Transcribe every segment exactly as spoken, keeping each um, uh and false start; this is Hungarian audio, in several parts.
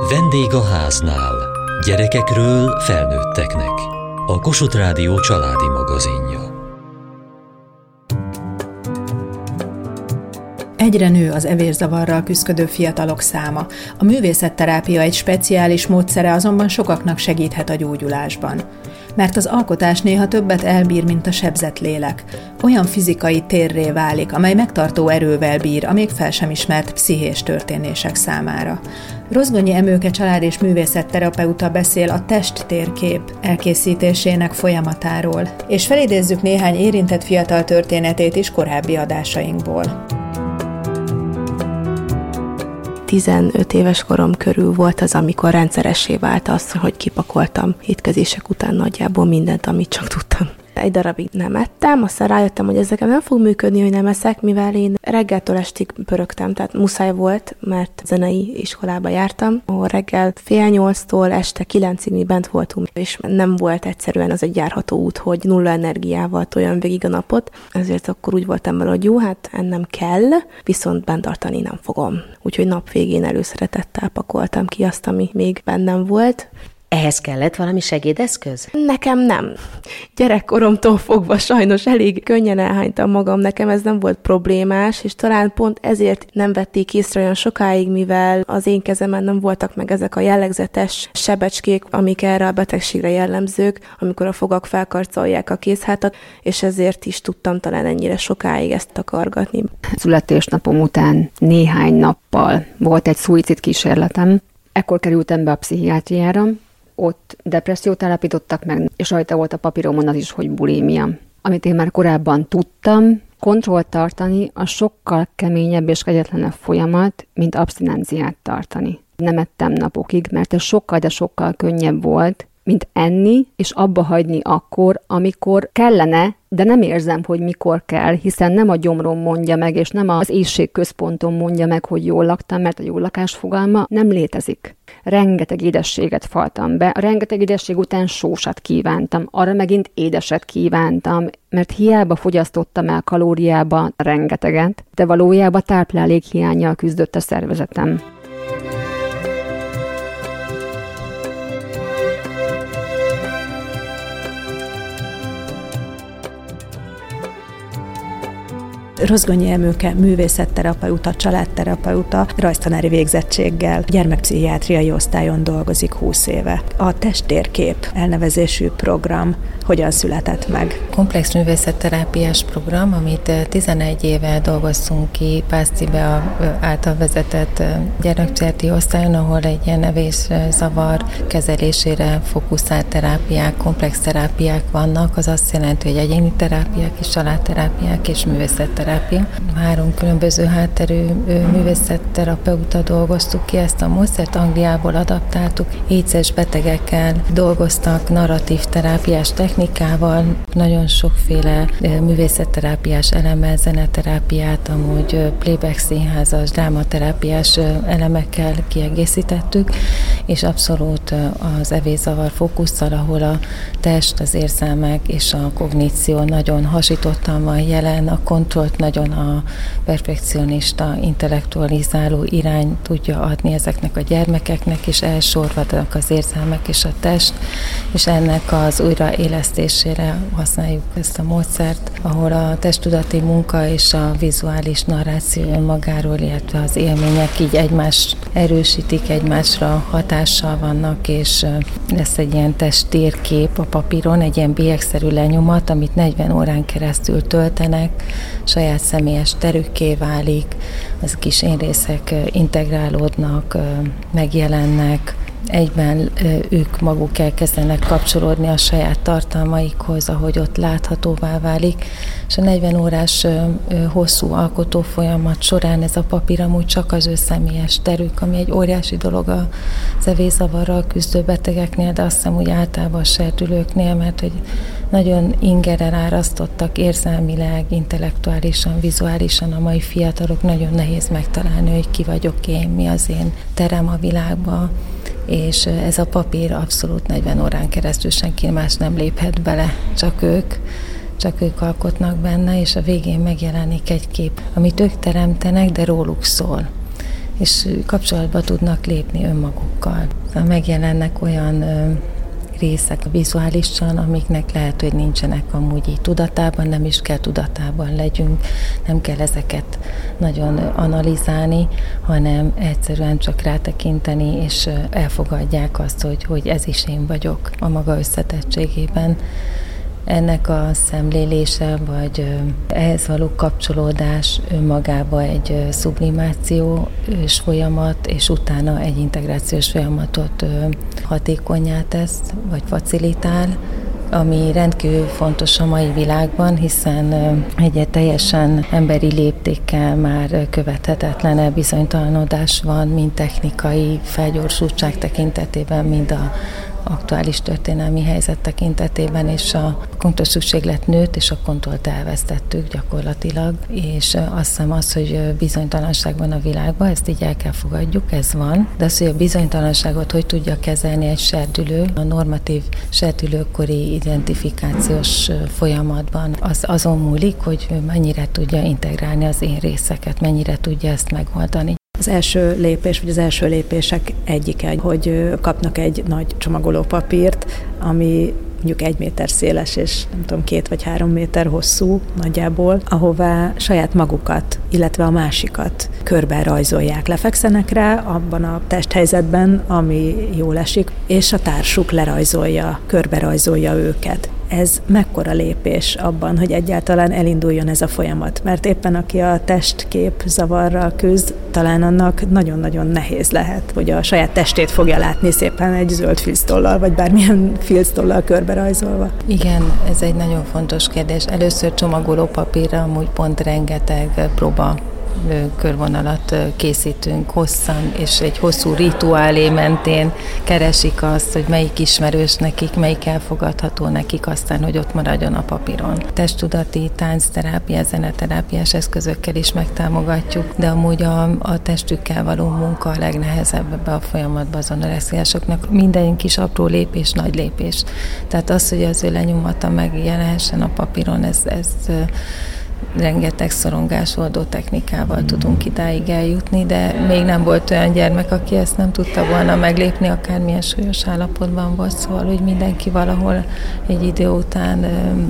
Vendég a háznál. Gyerekekről felnőtteknek. A Kossuth Rádió családi magazinja. Egyre nő az evészavarral küszködő fiatalok száma. A művészetterápia egy speciális módszere azonban sokaknak segíthet a gyógyulásban. Mert az alkotás néha többet elbír, mint a sebzett lélek. Olyan fizikai térré válik, amely megtartó erővel bír a még fel sem ismert pszichés történések számára. Rozgonyi Emőke család- és művészetterapeuta beszél a testtérkép elkészítésének folyamatáról, és felidézzük néhány érintett fiatal történetét is korábbi adásainkból. tizenöt éves korom körül volt az, amikor rendszeressé vált az, hogy kipakoltam étkezések után nagyjából mindent, amit csak tudtam. Egy darabig nem ettem, aztán rájöttem, hogy ezeken nem fog működni, hogy nem eszek, mivel én reggeltől estig pörögtem, tehát muszáj volt, mert zenei iskolába jártam, ahol reggel fél nyolctól este kilencig mi bent voltunk, és nem volt egyszerűen az egy járható út, hogy nulla energiával toljam végig a napot, ezért akkor úgy voltam vele, hogy jó, hát ennem kell, viszont bent tartani nem fogom. Úgyhogy nap végén előszeretettel pakoltam ki azt, ami még bennem volt. Ehhez kellett valami segédeszköz? Nekem nem. Gyerekkoromtól fogva sajnos elég könnyen elhánytam magam, nekem ez nem volt problémás, és talán pont ezért nem vették észre olyan sokáig, mivel az én kezemen nem voltak meg ezek a jellegzetes sebecskék, amik erre a betegségre jellemzők, amikor a fogak felkarcolják a kézhátat, és ezért is tudtam talán ennyire sokáig ezt takargatni. Születésnapom után néhány nappal volt egy szuicid kísérletem, ekkor kerültem be a pszichiátriára. Ott depressziót állapítottak meg, és rajta volt a papíromon az is, hogy bulimia. Amit én már korábban tudtam, kontrollt tartani a sokkal keményebb és kegyetlenebb folyamat, mint abszinenciát tartani. Nem ettem napokig, mert ez sokkal, de sokkal könnyebb volt, mint enni, és abba hagyni akkor, amikor kellene, de nem érzem, hogy mikor kell, hiszen nem a gyomrom mondja meg, és nem az éhségközpontom mondja meg, hogy jól laktam, mert a jól lakás fogalma nem létezik. Rengeteg édességet faltam be, a rengeteg édesség után sósat kívántam, arra megint édeset kívántam, mert hiába fogyasztottam el kalóriába rengeteget, de valójában táplálékhiánnyal küzdött a szervezetem. Rozgonyi Emőke művészetterapeuta, családterapeuta, rajztanári végzettséggel, gyermekpszichiátriai osztályon dolgozik húsz éve. A testtérkép elnevezésű program hogyan született meg? Komplex művészetterápiás program, amit tizenegy éve dolgoztunk ki Pásztibe által vezetett gyermekpszichiátriai osztályon, ahol egy ilyen evészavar kezelésére fókuszált terápiák, komplex terápiák vannak. Az azt jelenti, hogy egyéni terápiák és családterápiák és művészetterápiák. Három különböző hátterű művészetterapeuta dolgoztuk ki ezt a módszert, Angliából adaptáltuk, étszes betegekkel dolgoztak narratív terápiás technikával, nagyon sokféle művészetterápiás elemmel, zeneterápiát, amúgy playback színházas, drámaterápiás elemekkel kiegészítettük, és abszolút az evészavar fókusszal, ahol a test, az érzelmek és a kogníció nagyon hasítottan van jelen, a kontrollt nagyon a perfekcionista, intellektualizáló irány tudja adni ezeknek a gyermekeknek, és elsorvadnak az érzelmek és a test, és ennek az újraélesztésére használjuk ezt a módszert, ahol a testtudati munka és a vizuális narráció önmagáról, illetve az élmények így egymást erősítik, egymásra hatással vannak, és lesz egy ilyen testtérkép a papíron, egy ilyen bélyegszerű lenyomat, amit negyven órán keresztül töltenek, saját személyes terükké válik, az kis énrészek integrálódnak, megjelennek, egyben ők maguk elkezdenek kapcsolódni a saját tartalmaikhoz, ahogy ott láthatóvá válik, és a negyven órás hosszú alkotó folyamat során ez a papír amúgy csak az ő személyes terük, ami egy óriási dolog az evészavarral küzdő betegeknél, de azt hiszem úgy általában a serdülőknél, mert hogy nagyon ingeren árasztottak érzelmileg, intellektuálisan, vizuálisan a mai fiatalok, nagyon nehéz megtalálni, hogy ki vagyok én, mi az én terem a világba, és ez a papír abszolút negyven órán keresztül senki más nem léphet bele, csak ők, csak ők alkotnak benne, és a végén megjelenik egy kép, amit ők teremtenek, de róluk szól. és kapcsolatba tudnak lépni önmagukkal. Megjelennek olyan részek vizuálisan, amiknek lehet, hogy nincsenek amúgy így tudatában, nem is kell tudatában legyünk, nem kell ezeket nagyon analizálni, hanem egyszerűen csak rátekinteni, és elfogadják azt, hogy, hogy ez is én vagyok a maga összetettségében. Ennek a szemlélése, vagy ehhez való kapcsolódás önmagába egy sublimációs folyamat, és utána egy integrációs folyamatot hatékonnyá tesz, vagy facilitál, ami rendkívül fontos a mai világban, hiszen egy teljesen emberi léptékkel már követhetetlen bizonytalanodás van, mind technikai felgyorsultság tekintetében, mind a aktuális történelmi helyzet tekintetében, és a kontroll szükséglet nőtt, és a kontrollt elvesztettük gyakorlatilag, és azt hiszem az, hogy bizonytalanság van a világban, ezt így el kell fogadjuk, ez van, de az, hogy a bizonytalanságot hogy tudja kezelni egy serdülő, a normatív serdülőkori identifikációs folyamatban, az azon múlik, hogy mennyire tudja integrálni az én részeket, mennyire tudja ezt megoldani. Az első lépés, vagy az első lépések egyike, hogy kapnak egy nagy csomagolópapírt, ami mondjuk egy méter széles, és nem tudom, két vagy három méter hosszú nagyjából, ahová saját magukat, illetve a másikat körben rajzolják. Lefekszenek rá abban a testhelyzetben, ami jól esik, és a társuk lerajzolja, körbe rajzolja őket. Ez mekkora lépés abban, hogy egyáltalán elinduljon ez a folyamat? Mert éppen aki a testkép zavarral küzd, talán annak nagyon-nagyon nehéz lehet, hogy a saját testét fogja látni szépen egy zöld filctollal, vagy bármilyen filctollal körbe rajzolva. Igen, ez egy nagyon fontos kérdés. Először csomagoló papírra amúgy pont rengeteg próba körvonalat készítünk hosszan, és egy hosszú rituálé mentén keresik azt, hogy melyik ismerős nekik, melyik elfogadható nekik, aztán, hogy ott maradjon a papíron. Testtudati, táncterápia, zeneterápiás eszközökkel is megtámogatjuk, de amúgy a, a testükkel való munka a legnehezebb ebbe a folyamatban az anorexiásoknak. Minden kis apró lépés, nagy lépés. Tehát az, hogy az ő lenyomata megjelenhessen a papíron, ez, ez rengeteg szorongásoldó technikával tudunk idáig eljutni, de még nem volt olyan gyermek, aki ezt nem tudta volna meglépni, akármilyen súlyos állapotban volt, szóval, hogy mindenki valahol egy idő után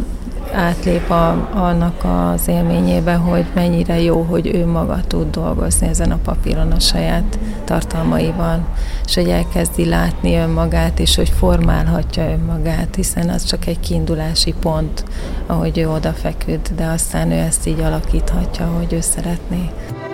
átlép a, annak az élményébe, hogy mennyire jó, hogy ő maga tud dolgozni ezen a papíron a saját tartalmaival, és hogy elkezdi látni önmagát, és hogy formálhatja önmagát, hiszen az csak egy kiindulási pont, ahogy ő odafeküdt, de aztán ő ezt így alakíthatja, ahogy ő szeretné.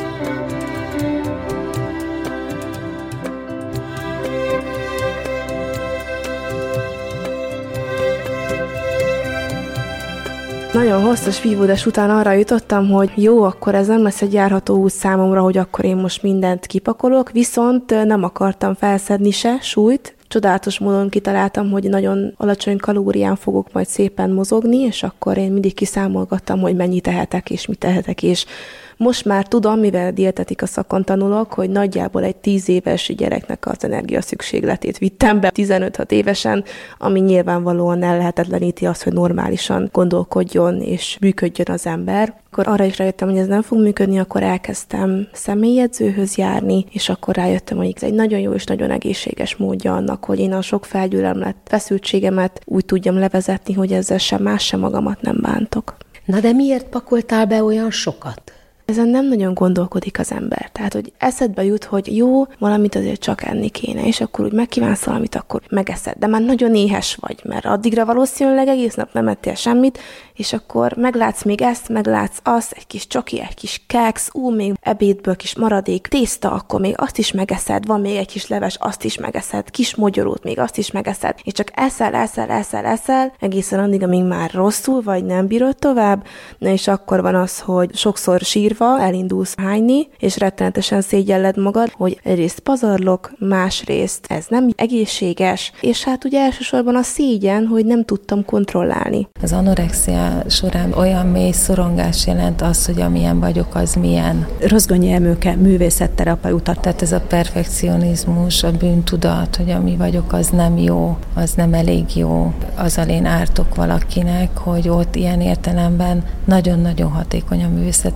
Nagyon hosszas vívódás után arra jutottam, hogy jó, akkor ez nem lesz egy járható út számomra, hogy akkor én most mindent kipakolok, viszont nem akartam felszedni se súlyt. Csodálatos módon kitaláltam, hogy nagyon alacsony kalórián fogok majd szépen mozogni, és akkor én mindig kiszámolgattam, hogy mennyit tehetek, és mit tehetek, és most már tudom, mivel dietetika szakon tanulok, hogy nagyjából egy tíz éves gyereknek az energia szükségletét vittem be tizenöt-hat évesen, ami nyilvánvalóan ellehetetleníti azt, hogy normálisan gondolkodjon és működjön az ember. Akkor arra is rájöttem, hogy ez nem fog működni, akkor elkezdtem személyedzőhöz járni, és akkor rájöttem, hogy ez egy nagyon jó és nagyon egészséges módja annak, hogy én a sok felgyülemlett feszültségemet úgy tudjam levezetni, hogy ezzel sem más, sem magamat nem bántok. Na de miért pakoltál be olyan sokat? Ezen nem nagyon gondolkodik az ember. Tehát, hogy eszedbe jut, hogy jó, valamit azért csak enni kéne, és akkor úgy megkívánsz valamit, akkor megeszed. De már nagyon éhes vagy, mert addigra valószínűleg egész nap nem ettél semmit, és akkor meglátsz még ezt, meglátsz azt, egy kis csoki, egy kis keks, ú, még ebédből kis maradék tészta, akkor még azt is megeszed, van még egy kis leves, azt is megeszed, kis mogyorót, még azt is megeszed, és csak eszel, eszel, eszel, eszel, egészen addig, amíg már rosszul vagy, nem bírod tovább, na és akkor van az, hogy sokszor sírva elindulsz hányni, és rettenetesen szégyelled magad, hogy egyrészt pazarlok, másrészt ez nem egészséges, és hát ugye elsősorban a szégyen, hogy nem tudtam kontrollálni. Az anorexia során olyan mély szorongás jelent az, hogy amilyen vagyok, az milyen. Rozgonyi Emőke művészetterapeuta. Tehát ez a perfekcionizmus, a bűntudat, hogy ami vagyok, az nem jó, az nem elég jó, azzal én ártok valakinek, hogy ott ilyen értelemben nagyon-nagyon hatékony a művészetterápia,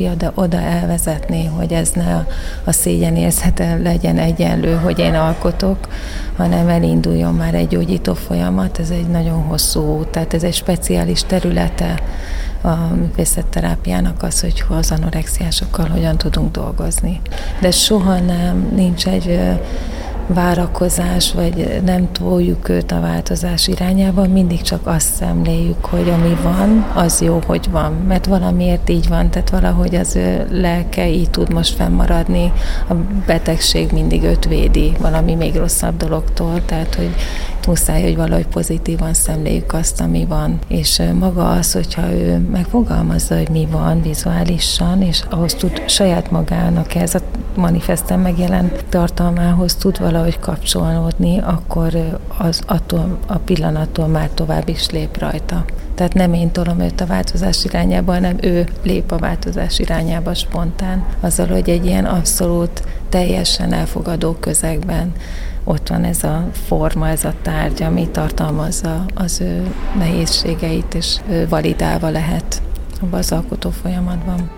tudja de oda elvezetni, hogy ez ne a, a szégyenérzete legyen egyenlő, hogy én alkotok, hanem elinduljon már egy gyógyító folyamat. Ez egy nagyon hosszú út, tehát ez egy speciális területe a művészetterápiának az, hogy az anorexiásokkal hogyan tudunk dolgozni. De soha nem, nincs egy várakozás, vagy nem toljuk őt a változás irányába, mindig csak azt szemléljük, hogy ami van, az jó, hogy van, mert valamiért így van, tehát valahogy az ő lelke így tud most fennmaradni, a betegség mindig őt védi valami még rosszabb dologtól, tehát hogy muszáj, hogy valahogy pozitívan szemléljük azt, ami van. És maga az, hogyha ő megfogalmazza, hogy mi van vizuálisan, és ahhoz tud saját magának ez a manifesten megjelent tartalmához tud valahogy kapcsolódni, akkor az attól a pillanattól már tovább is lép rajta. Tehát nem én tolom őt a változás irányába, hanem ő lép a változás irányába spontán. Azzal, hogy egy ilyen abszolút, teljesen elfogadó közegben ott van ez a forma, ez a tárgy, ami tartalmazza az ő nehézségeit, és validálva lehet abban az alkotó folyamatban.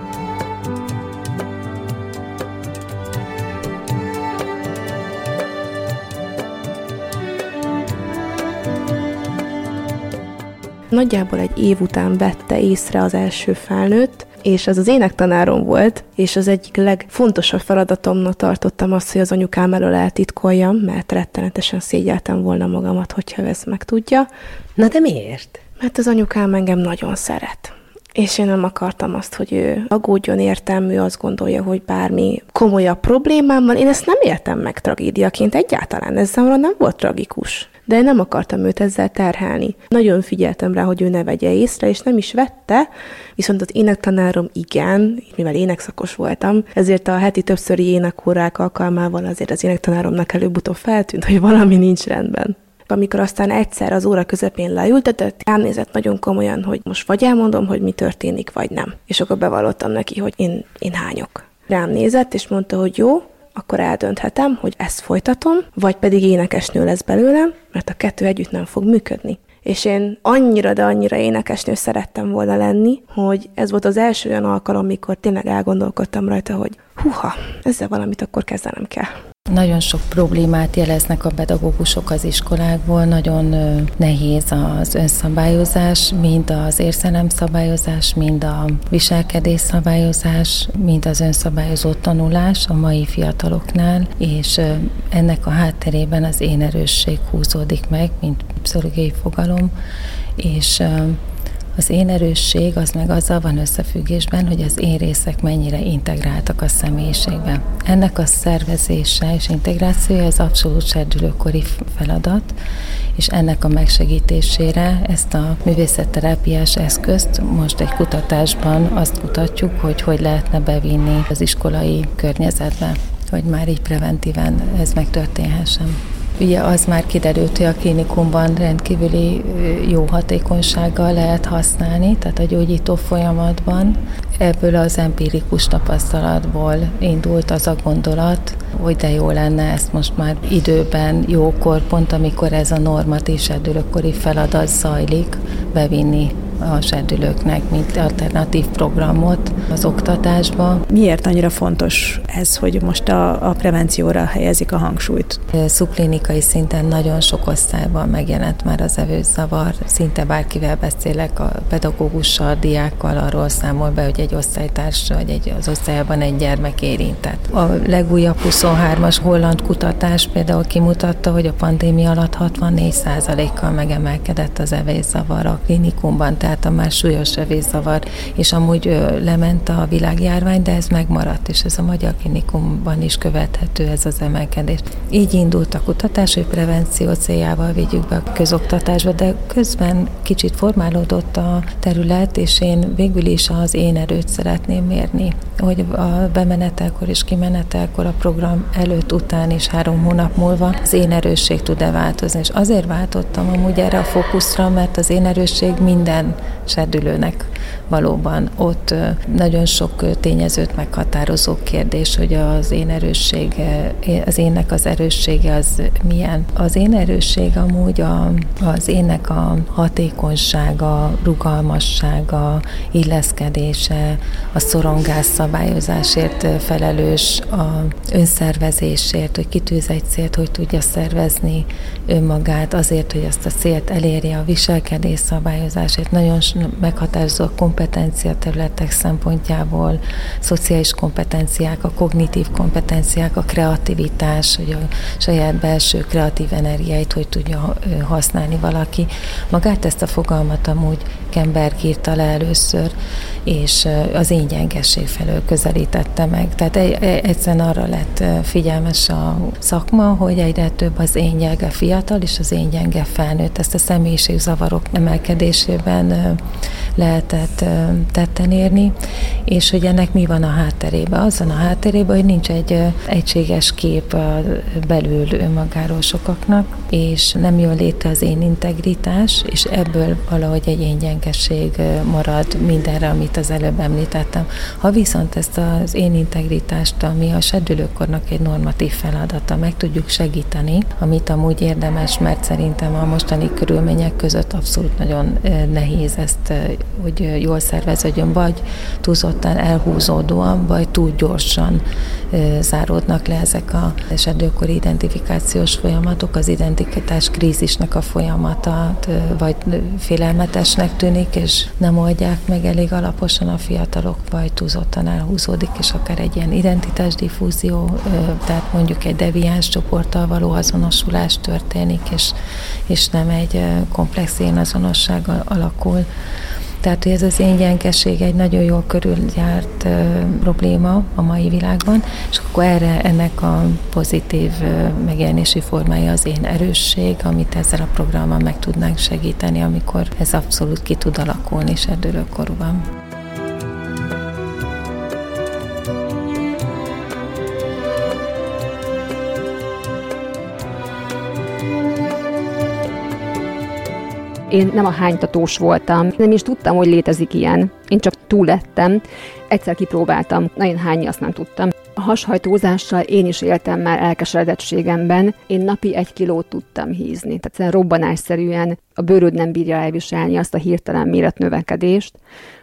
Nagyjából egy év után vette észre az első felnőtt, és ez az énektanárom volt, és az egyik legfontosabb feladatomnak tartottam azt, hogy az anyukám elől eltitkoljam, mert rettenetesen szégyeltem volna magamat, hogyha ezt megtudja. Na de miért? Mert az anyukám engem nagyon szeret. És én nem akartam azt, hogy ő aggódjon értem, ő azt gondolja, hogy bármi komolyabb problémám van. Én ezt nem éltem meg tragédiaként egyáltalán, ez számomra nem volt tragikus. De én nem akartam őt ezzel terhelni. Nagyon figyeltem rá, hogy ő ne vegye észre, és nem is vette, viszont az énektanárom igen, mivel énekszakos voltam, ezért a heti többszöri énekórák alkalmával azért az énektanáromnak előbb-utóbb feltűnt, hogy valami nincs rendben. Amikor aztán egyszer az óra közepén leültetett, rám nézett nagyon komolyan, hogy most vagy elmondom, hogy mi történik, vagy nem. És akkor bevallottam neki, hogy én, én hányok. Rám nézett, és mondta, hogy jó, akkor eldönthetem, hogy ezt folytatom, vagy pedig énekesnő lesz belőlem, mert a kettő együtt nem fog működni. És én annyira, de annyira énekesnő szerettem volna lenni, hogy ez volt az első olyan alkalom, amikor tényleg elgondolkodtam rajta, hogy húha, ezzel valamit akkor kezdenem kell. Nagyon sok problémát jeleznek a pedagógusok az iskolákból, nagyon nehéz az önszabályozás, mind az érzelemszabályozás, mind a viselkedésszabályozás, mind az önszabályozó tanulás a mai fiataloknál, és ennek a hátterében az én erősség húzódik meg, mint pszichológiai fogalom, és az én erősség az meg azzal van összefüggésben, hogy az én részek mennyire integráltak a személyiségbe. Ennek a szervezése és integrációja az abszolút serdülőkori feladat, és ennek a megsegítésére ezt a művészetterápiás eszközt most egy kutatásban azt kutatjuk, hogy hogy lehetne bevinni az iskolai környezetbe, hogy már így preventíven ez megtörténhessen. Ugye az már kiderült, hogy a klinikumban rendkívüli jó hatékonysággal lehet használni, tehát a gyógyító folyamatban. Ebből az empirikus tapasztalatból indult az a gondolat, hogy de jó lenne ezt most már időben, jókor, pont amikor ez a normatív serdülőkori feladat zajlik, bevinni a serdülőknek, mint alternatív programot az oktatásba. Miért annyira fontos ez, hogy most a, a prevencióra helyezik a hangsúlyt? Szubklinikai szinten nagyon sok osztályban megjelent már az evészavar. Szinte bárkivel beszélek, a pedagógussal, diákkal arról számol be, hogy egy osztálytárs vagy egy, az osztályban egy gyermek érintett. A legújabb huszonhármas holland kutatás például kimutatta, hogy a pandémia alatt hatvannégy százalékkal megemelkedett az evészavar a klinikumban, tehát a már súlyos evészavar, és amúgy ö, lement a világjárvány, de ez megmaradt, és ez a Magyar Klinikumban is követhető ez az emelkedés. Így indult a kutatás, hogy prevenció céljával vigyük be a közoktatásba, de közben kicsit formálódott a terület, és én végül is az én erőt szeretném mérni, hogy a bemenetelkor és kimenetelkor a program előtt, után és három hónap múlva az én erősség tud-e változni, és azért váltottam amúgy erre a fókuszra, mert az én erősség minden serdülőnek valóban ott nagyon sok tényezőt meghatározó kérdés, hogy az én erőssége, az énnek az erőssége az milyen. Az én erősség amúgy a, az énnek a hatékonysága, rugalmassága, illeszkedése, a szorongás szabályozásért felelős, a önszervezésért, hogy kitűz egy célt, hogy tudja szervezni önmagát azért, hogy azt a célt elérje, a viselkedés szabályozásért. Nagyon meghatározó a kompetencia területek szempontjából, szociális kompetenciák, a kognitív kompetenciák, a kreativitás, hogy a saját belső kreatív energiáit hogy tudja használni valaki. Magát ezt a fogalmat amúgy Kemberg írta le először, és az én gyengeség felől közelítette meg. Tehát egyszerűen arra lett figyelmes a szakma, hogy egyre több az én gyenge fiatal és az én gyenge felnőtt. Ezt a személyiségzavarok emelkedésében lehetett tetten érni, és hogy ennek mi van a hátterében. Azon a hátterében, hogy nincs egy egységes kép belül önmagáról sokaknak, és nem jön létre az én integritás, és ebből valahogy egy én gyengeség marad mindenre, amit az előbb említettem. Ha viszont ezt az én integritást, ami a serdülőkornak egy normatív feladata, meg tudjuk segíteni, amit amúgy érdemes, mert szerintem a mostani körülmények között abszolút nagyon nehéz ezt, hogy jól szerveződjön, vagy túlzottan elhúzódóan, vagy túl gyorsan záródnak le ezek a serdülőkori identifikációs folyamatok, az identitás krízisnek a folyamata, vagy félelmetesnek tűnik, és nem oldják meg elég alaposan a fiatalok, vagy túlzottan elhúzódik, és akár egy ilyen identitásdifúzió, tehát mondjuk egy deviáns csoporttal való azonosulás történik, és, és nem egy komplex énazonosság alakul. Tehát, hogy ez az én gyengeség egy nagyon jól körüljárt uh, probléma a mai világban, és akkor erre ennek a pozitív uh, megjelenési formája az én erősség, amit ezzel a programmal meg tudnánk segíteni, amikor ez abszolút ki tud alakulni serdülőkorúban. Én nem a hánytatós voltam, nem is tudtam, hogy létezik ilyen. Én csak túl lettem. Egyszer kipróbáltam, nagyon hányni azt nem tudtam. A hashajtózással én is éltem már elkeseredettségemben. Én napi egy kilót tudtam hízni. Tehát robbanásszerűen a bőröd nem bírja elviselni azt a hirtelen méretnövekedést.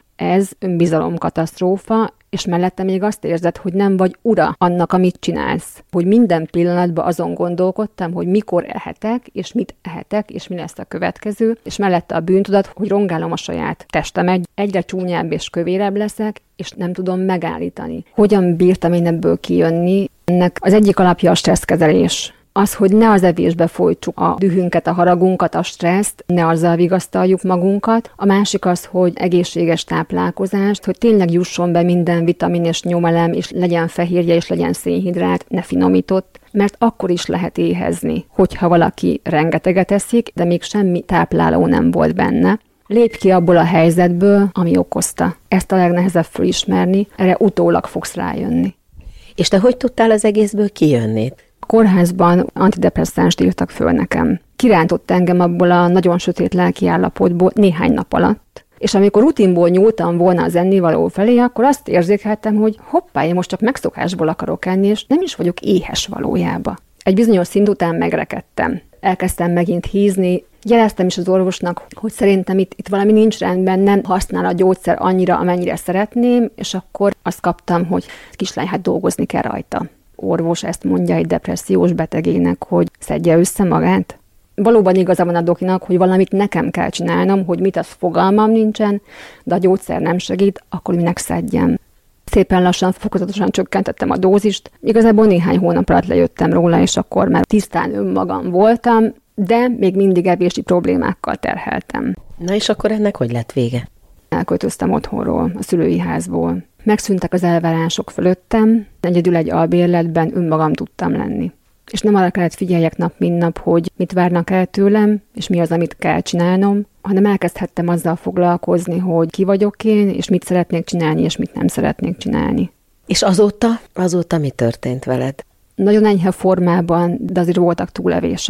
Ez önbizalomkatasztrófa, és mellette még azt érzed, hogy nem vagy ura annak, amit csinálsz. Hogy minden pillanatban azon gondolkodtam, hogy mikor ehetek, és mit ehetek, és mi lesz a következő, és mellette a bűntudat, hogy rongálom a saját testemet, egyre csúnyább és kövérebb leszek, és nem tudom megállítani. Hogyan bírtam én ebből kijönni? Ennek az egyik alapja a stresszkezelés. Az, hogy ne az evésbe folytsuk a dühünket, a haragunkat, a stresszt, ne azzal vigasztaljuk magunkat. A másik az, hogy egészséges táplálkozást, hogy tényleg jusson be minden vitamin és nyomelem, és legyen fehérje, és legyen szénhidrát, ne finomított, mert akkor is lehet éhezni, hogyha valaki rengeteget eszik, de még semmi tápláló nem volt benne. Lépj ki abból a helyzetből, ami okozta. Ezt a legnehezebb felismerni, erre utólag fogsz rájönni. És te hogy tudtál az egészből kijönni? A kórházban antidepresszánst írtak föl nekem. Kirántott engem abból a nagyon sötét lelkiállapotból néhány nap alatt. És amikor rutinból nyúltam volna az ennivaló felé, akkor azt érzékeltem, hogy hoppá, én most csak megszokásból akarok enni, és nem is vagyok éhes valójában. Egy bizonyos szint után megrekedtem. Elkezdtem megint hízni, jeleztem is az orvosnak, hogy szerintem itt, itt valami nincs rendben, nem használ a gyógyszer annyira, amennyire szeretném, és akkor azt kaptam, hogy kislány, hát dolgozni kell rajta. Orvos ezt mondja egy depressziós betegének, hogy szedje össze magát. Valóban igaza van a dokinak, hogy valamit nekem kell csinálnom, hogy mit, az fogalmam nincsen, de a gyógyszer nem segít, akkor minek szedjem. Szépen lassan, fokozatosan csökkentettem a dózist. Igazából néhány hónap alatt lejöttem róla, és akkor már tisztán önmagam voltam, de még mindig evési problémákkal terheltem. Na és akkor ennek hogy lett vége? Elköltöztem otthonról, a szülői házból. Megszűntek az elvárások fölöttem, egyedül egy albérletben önmagam tudtam lenni. És nem arra kellett figyeljek nap, mint nap, hogy mit várnak el tőlem, és mi az, amit kell csinálnom, hanem elkezdhettem azzal foglalkozni, hogy ki vagyok én, és mit szeretnék csinálni, és mit nem szeretnék csinálni. És azóta? Azóta mi történt veled? Nagyon enyhe formában, de azért voltak túlevések.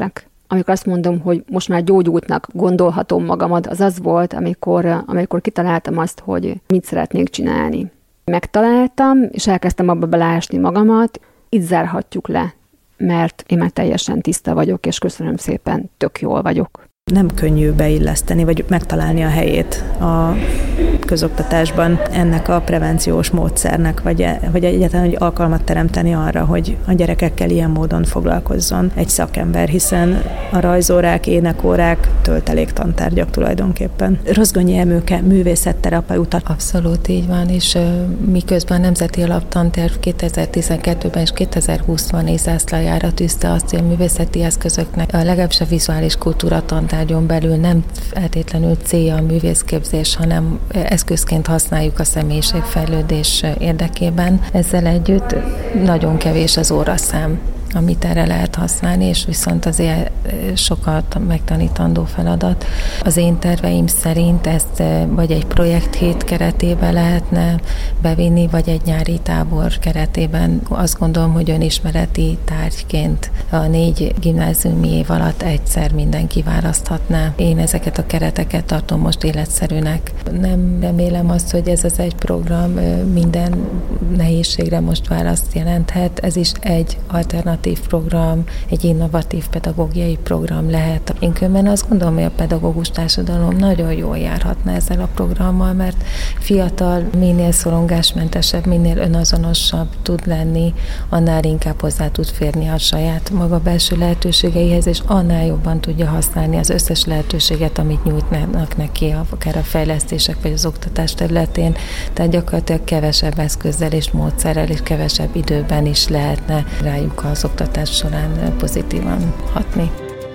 Amikor azt mondom, hogy most már gyógyultnak gondolhatom magamat, az az volt, amikor, amikor kitaláltam azt, hogy mit szeretnék csinálni. Megtaláltam, és elkezdtem abba belásni magamat. Itt zárhatjuk le, mert én már teljesen tiszta vagyok, és köszönöm szépen, tök jól vagyok. Nem könnyű beilleszteni, vagy megtalálni a helyét a közoktatásban ennek a prevenciós módszernek, vagy, vagy egyáltalán hogy alkalmat teremteni arra, hogy a gyerekekkel ilyen módon foglalkozzon egy szakember, hiszen a rajzórák, énekórák töltelék tantárgyak tulajdonképpen. Rozgonyi Emőke művészetterapeuta. Abszolút így van, és miközben a Nemzeti Alaptanterv kétezer-tizenkettőben és kétezer-húszban is zászlajára tűzte azt, hogy a művészeti eszközöknek, legalábbis a vizuális kultúra tantárgyon belül nem feltétlenül célja a művészképzés, hanem eszközként használjuk a személyiségfejlődés érdekében. Ezzel együtt nagyon kevés az óraszám, amit erre lehet használni, és viszont azért sokat megtanítandó feladat. Az én terveim szerint ezt vagy egy projekthét keretében lehetne bevinni, vagy egy nyári tábor keretében. Azt gondolom, hogy önismereti tárgyként a négy gimnáziumi év alatt egyszer mindenki választhatná. Én ezeket a kereteket tartom most életszerűnek. Nem remélem azt, hogy ez az egy program minden nehézségre most választ jelenthet. Ez is egy alternatív program, egy innovatív pedagógiai program lehet. Én különben azt gondolom, hogy a pedagógus társadalom nagyon jól járhatna ezzel a programmal, mert fiatal, minél szorongásmentesebb, minél önazonosabb tud lenni, annál inkább hozzá tud férni a saját maga belső lehetőségeihez, és annál jobban tudja használni az összes lehetőséget, amit nyújtnak neki, akár a fejlesztések vagy az oktatás területén. Tehát gyakorlatilag kevesebb eszközzel és módszerrel és kevesebb időben is lehetne rájuk az oktatás során pozitívan hatni.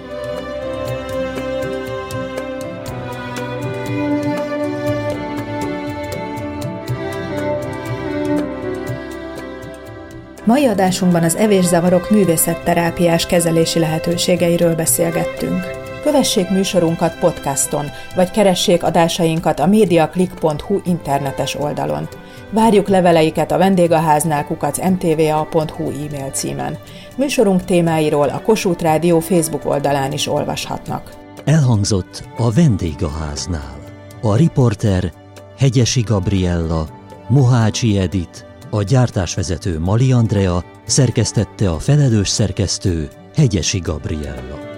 Mai adásunkban az evészavarok művészetterápiás kezelési lehetőségeiről beszélgettünk. Kövessék műsorunkat podcaston, vagy keressék adásainkat a mediaclick pont hu internetes oldalon. Várjuk leveleiket a vendégháznál kukac em té vé á pont hu e-mail címen. Műsorunk témáiról a Kossuth Rádió Facebook oldalán is olvashatnak. Elhangzott a vendégháznál. A riporter Hegyesi Gabriella, Mohácsi Edit, a gyártásvezető Mali Andrea, szerkesztette a felelős szerkesztő Hegyesi Gabriella.